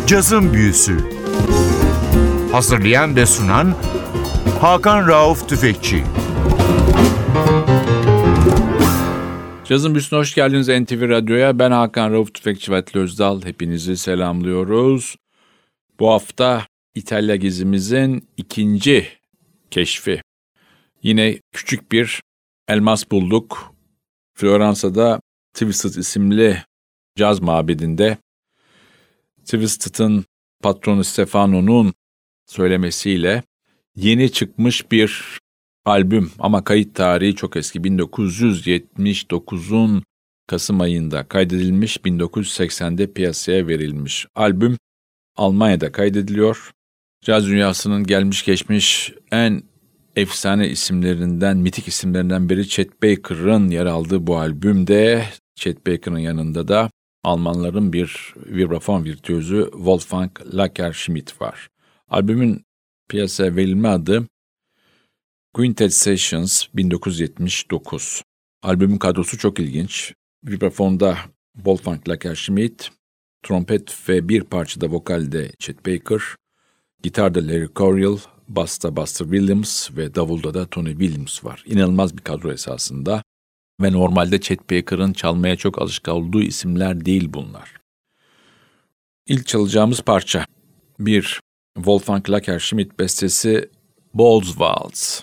Cazın Büyüsü. Hazırlayan ve sunan Hakan Rauf Tüfekçi. Cazın Büyüsü'ne hoş geldiniz NTV Radyo'ya. Ben Hakan Rauf Tüfekçi ve Atli Özdal. Hepinizi selamlıyoruz. Bu hafta İtalya gezimizin ikinci keşfi. Yine küçük bir elmas bulduk. Floransa'da Twisted isimli caz mabedinde. Twisted'ın patronu Stefano'nun söylemesiyle yeni çıkmış bir albüm ama kayıt tarihi çok eski. 1979'un Kasım ayında kaydedilmiş, 1980'de piyasaya verilmiş. Albüm Almanya'da kaydediliyor. Caz dünyasının gelmiş geçmiş en efsane isimlerinden, mitik isimlerinden biri Chet Baker'ın yer aldığı bu albümde. Chet Baker'ın yanında da Almanların bir vibrafon virtüözü Wolfgang Lacker-Schmidt var. Albümün piyasaya verilme adı Quintet Sessions 1979. Albümün kadrosu çok ilginç. Vibrafonda Wolfgang Lacker-Schmidt, trompet ve bir parçada vokalde Chet Baker, gitarda Larry Coryell, basta Buster Williams ve davulda da Tony Williams var. İnanılmaz bir kadro esasında ve normalde Chet Baker'ın çalmaya çok alışık olduğu isimler değil bunlar. İlk çalacağımız parça bir Wolfgang Lacker-Schmidt bestesi Ball's Waltz.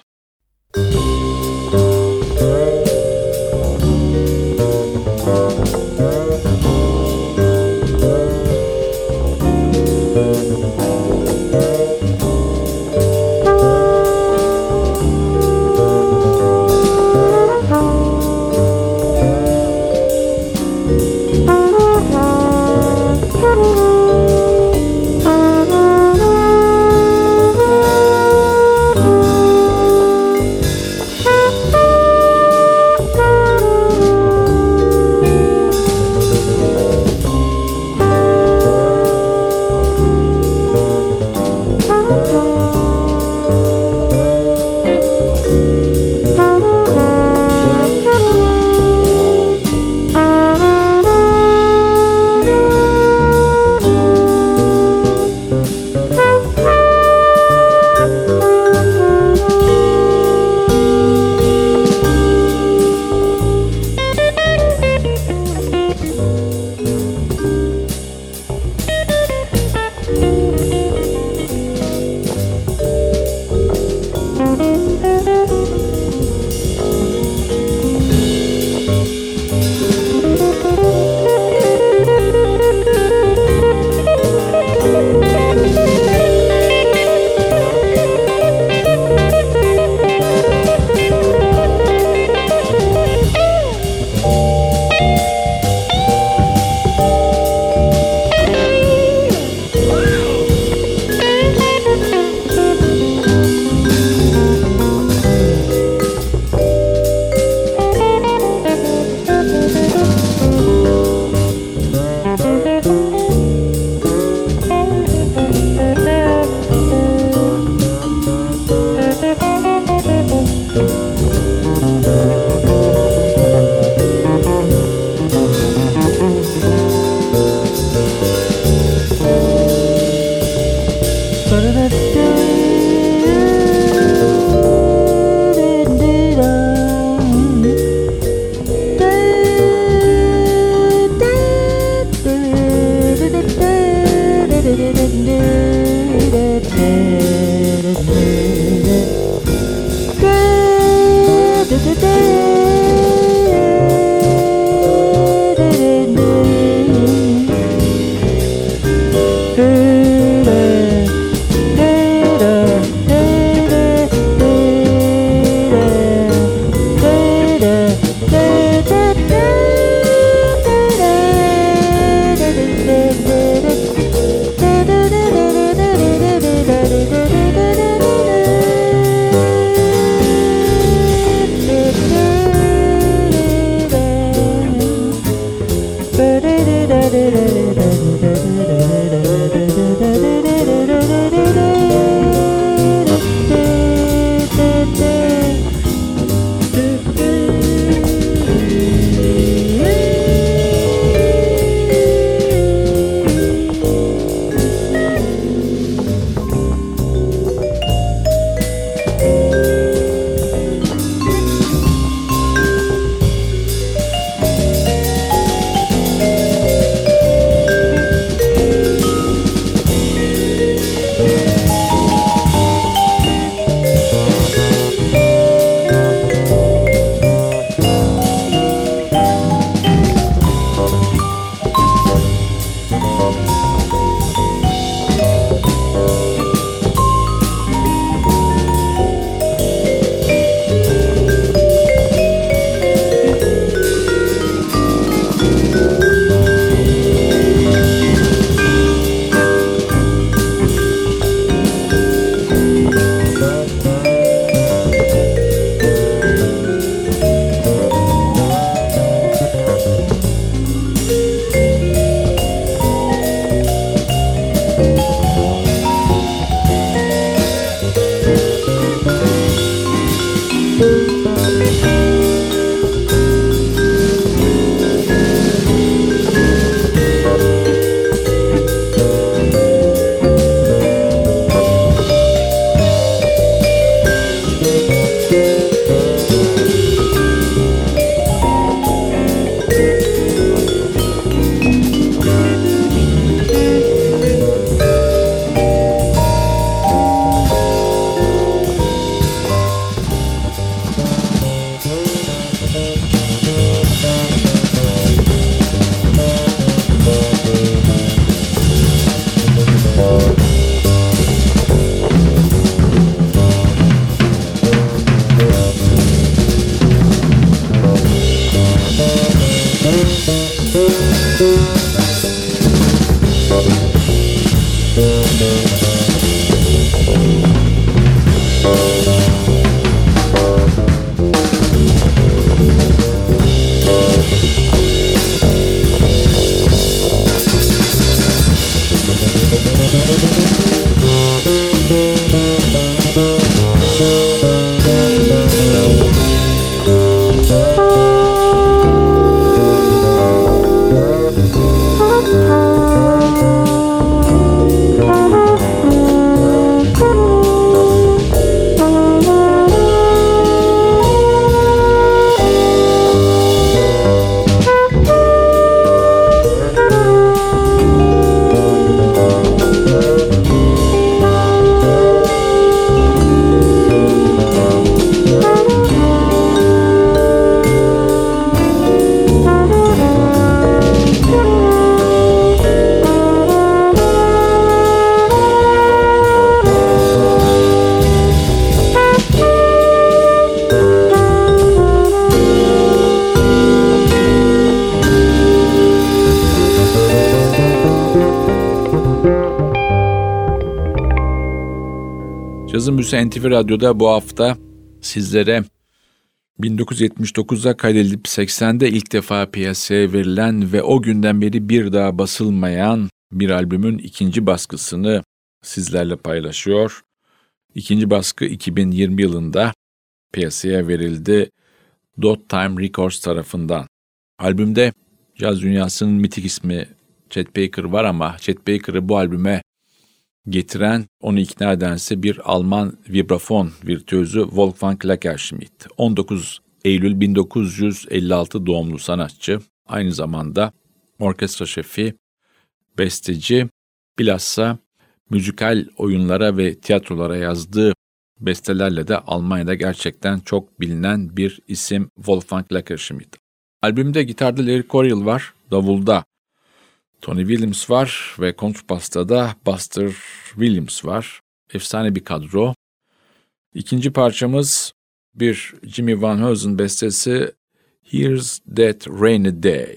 Cazın Büyüsü NTV Radyo'da bu hafta sizlere 1979'da kaydedilip 80'de ilk defa piyasaya verilen ve o günden beri bir daha basılmayan bir albümün ikinci baskısını sizlerle paylaşıyor. İkinci baskı 2020 yılında piyasaya verildi Dot Time Records tarafından. Albümde caz dünyasının mitik ismi Chet Baker var ama Chet Baker'ı bu albüme getiren, onu ikna edense bir Alman vibrafon virtüözü Wolfgang Lagerschmidt. 19 Eylül 1956 doğumlu sanatçı, aynı zamanda orkestra şefi, besteci, bilhassa müzikal oyunlara ve tiyatrolara yazdığı bestelerle de Almanya'da gerçekten çok bilinen bir isim Wolfgang Lagerschmidt. Albümde gitarda Larry Coryell var, davulda Tony Williams var ve kontrbasta da Buster Williams var. Efsane bir kadro. İkinci parçamız bir Jimmy Van Heusen bestesi Here's That Rainy Day.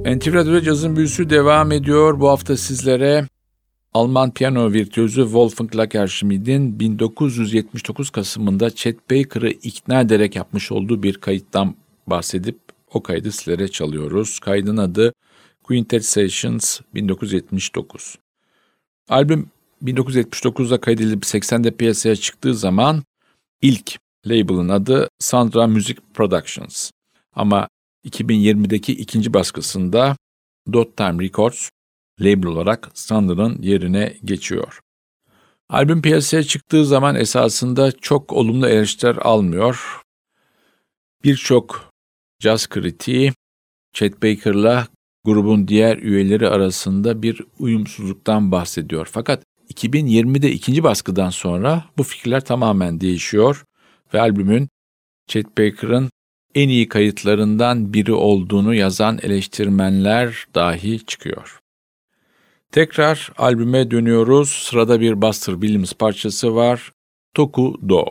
NTV Radyo'da Cazın Büyüsü devam ediyor. Bu hafta sizlere Alman piyano virtüözü Wolfgang Lagerschmidt'in 1979 Kasım'ında Chet Baker'ı ikna ederek yapmış olduğu bir kayıttan bahsedip o kaydı sizlere çalıyoruz. Kaydın adı Quintet Sessions 1979. Albüm 1979'da kaydedilip 80'de piyasaya çıktığı zaman ilk label'ın adı Sandra Music Productions. Ama 2020'deki ikinci baskısında Dot Time Records label olarak Sandra'nın yerine geçiyor. Albüm piyasaya çıktığı zaman esasında çok olumlu eleştiriler almıyor. Birçok caz kritiği Chet Baker'la grubun diğer üyeleri arasında bir uyumsuzluktan bahsediyor. Fakat 2020'de ikinci baskıdan sonra bu fikirler tamamen değişiyor ve albümün Chet Baker'ın en iyi kayıtlarından biri olduğunu yazan eleştirmenler dahi çıkıyor. Tekrar albüme dönüyoruz. Sırada bir Buster Williams parçası var. Toku Do.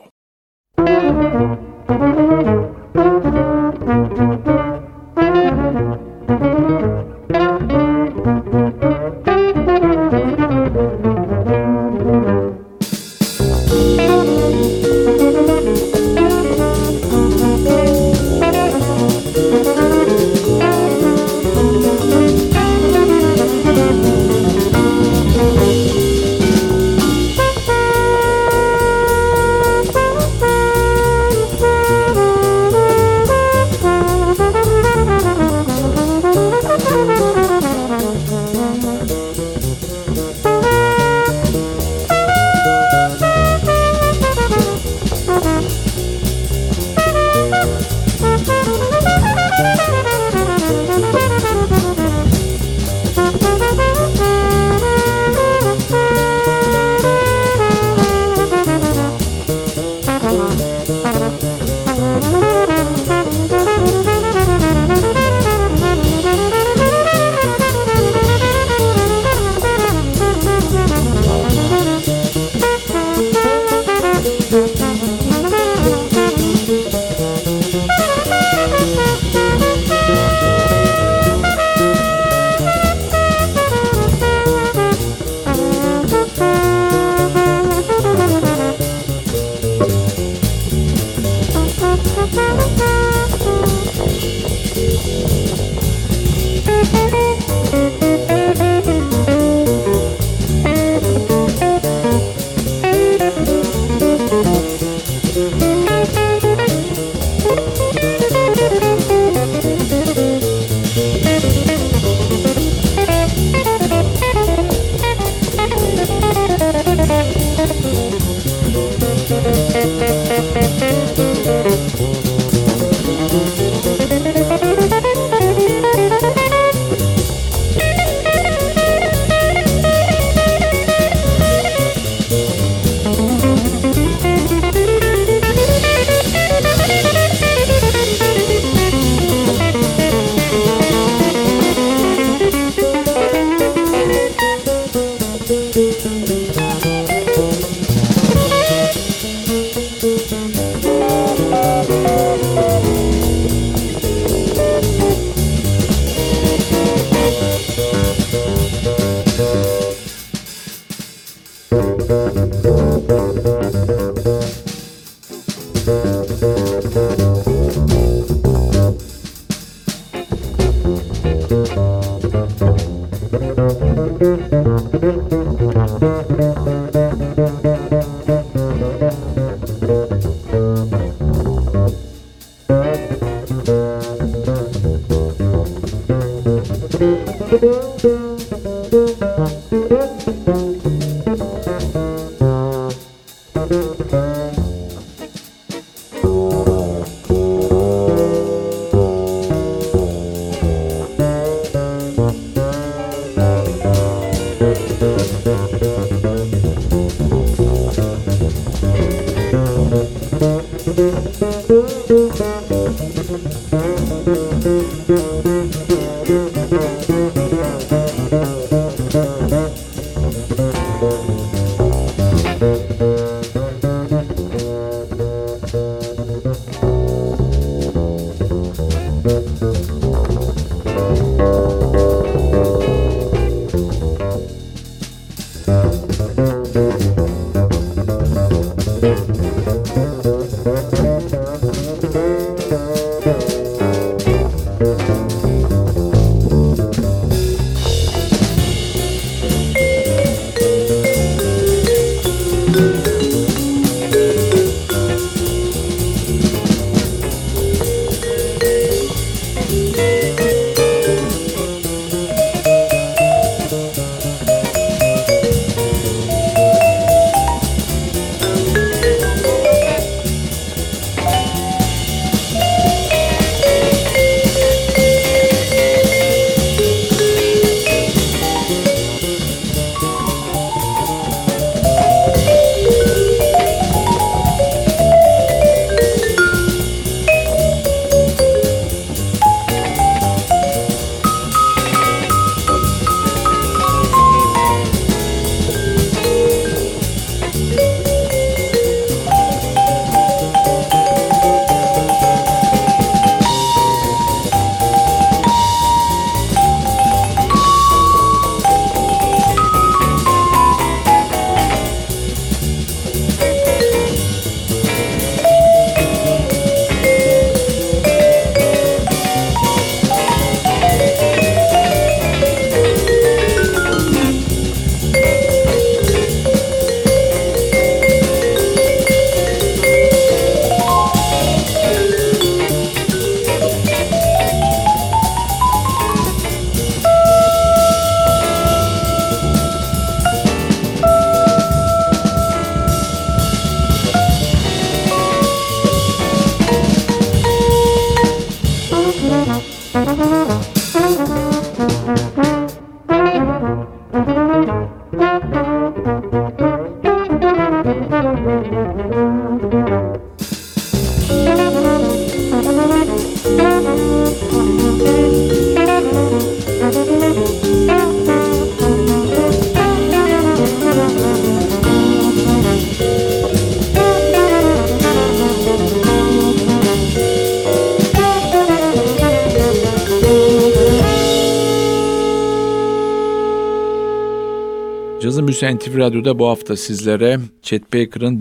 Cazın Büyüsü NTV Radyo'da bu hafta sizlere Chet Baker'ın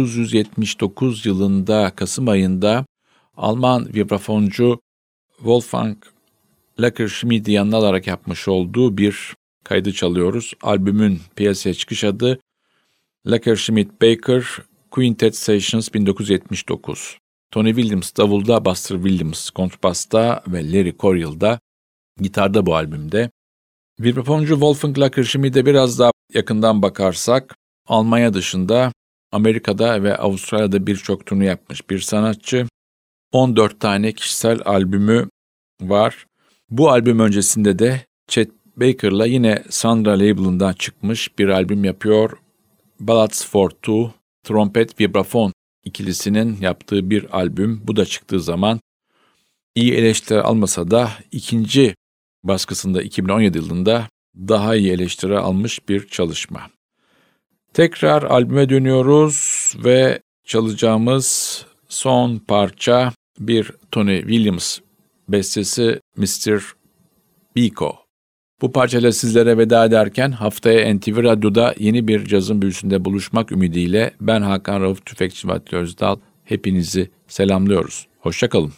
1979 yılında Kasım ayında Alman vibrafoncu Wolfgang Lackerschmidt'i yanına alarak yapmış olduğu bir kaydı çalıyoruz. Albümün piyasaya çıkış adı Lackerschmidt Baker Quintet Sessions 1979. Tony Williams davulda, Buster Williams kontrbasta ve Larry Coryell'da gitarda bu albümde. Vibrafoncu Wolfgang Lackerschmidt'e biraz daha yakından bakarsak, Almanya dışında Amerika'da ve Avustralya'da birçok turne yapmış bir sanatçı. 14 tane kişisel albümü var. Bu albüm öncesinde de Chet Baker'la yine Sandra label'ından çıkmış bir albüm yapıyor. Ballads for Two, trompet vibrafon ikilisinin yaptığı bir albüm. Bu da çıktığı zaman iyi eleştiri almasa da ikinci baskısında 2017 yılında daha iyi eleştiri almış bir çalışma. Tekrar albüme dönüyoruz ve çalacağımız son parça bir Tony Williams bestesi Mr. Biko. Bu parçayla sizlere veda ederken haftaya NTV Radyo'da yeni bir cazın büyüsünde buluşmak ümidiyle ben Hakan Rauf Tüfekçi Vatli Özdal hepinizi selamlıyoruz. Hoşça kalın.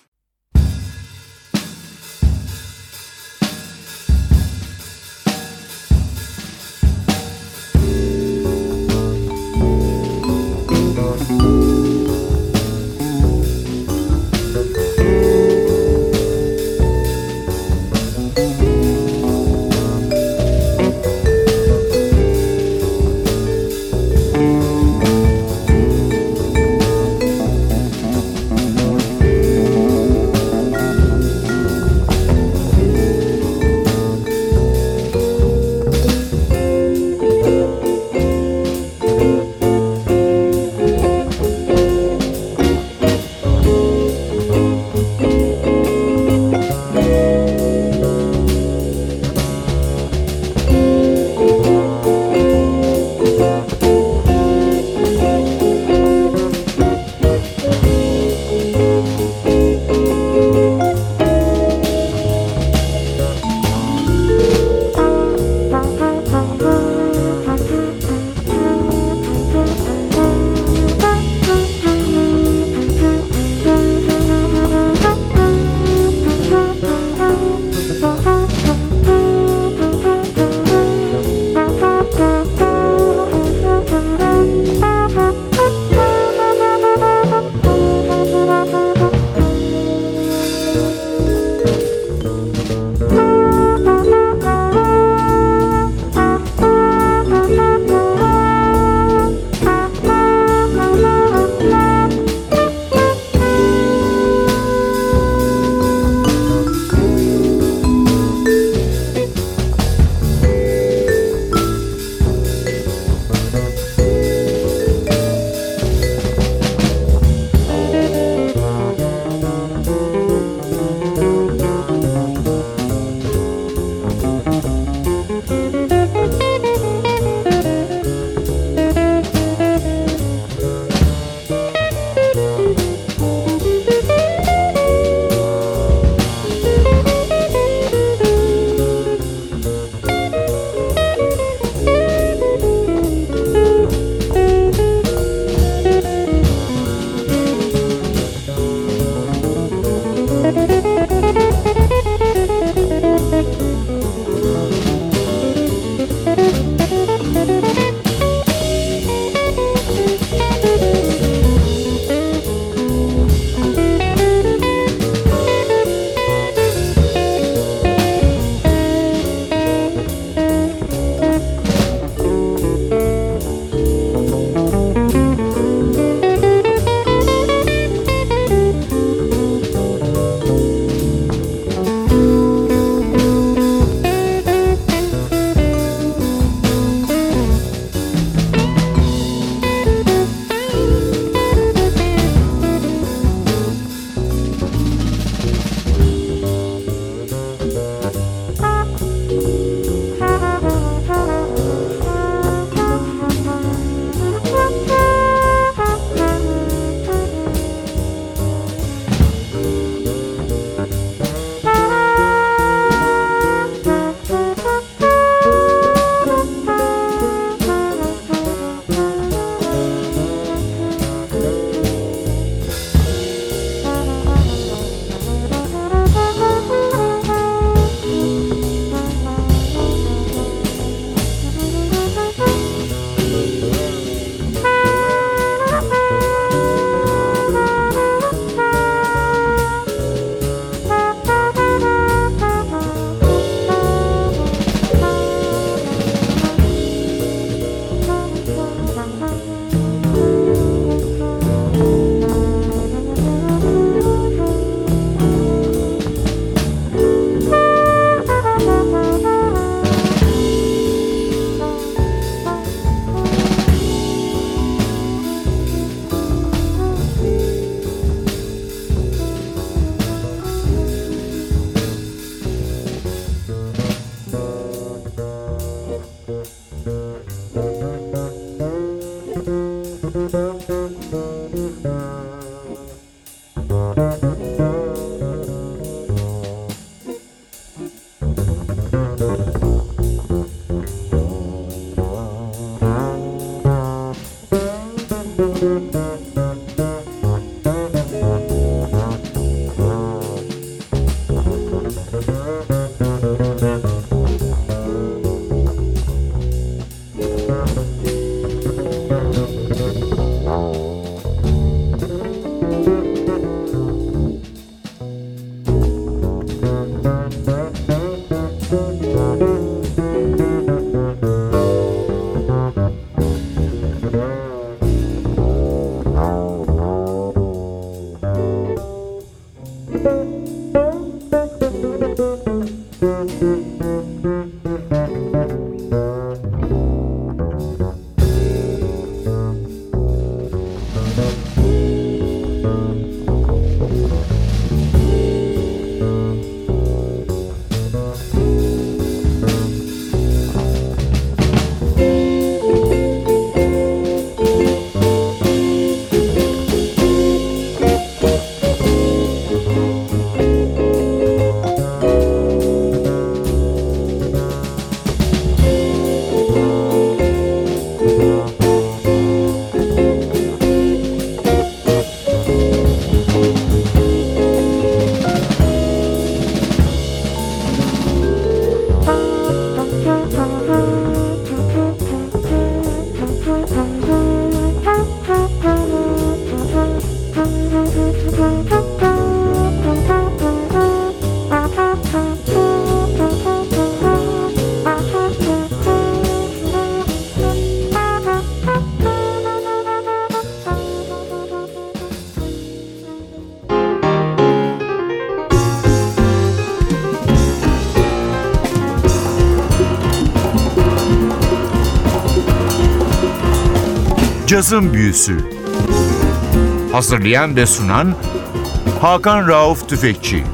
Cazın Büyüsü. Hazırlayan ve sunan Hakan Rauf Tüfekçi.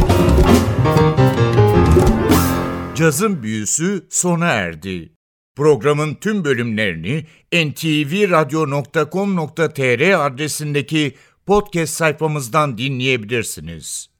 Cazın Büyüsü sona erdi. Programın tüm bölümlerini ntvradio.com.tr adresindeki podcast sayfamızdan dinleyebilirsiniz.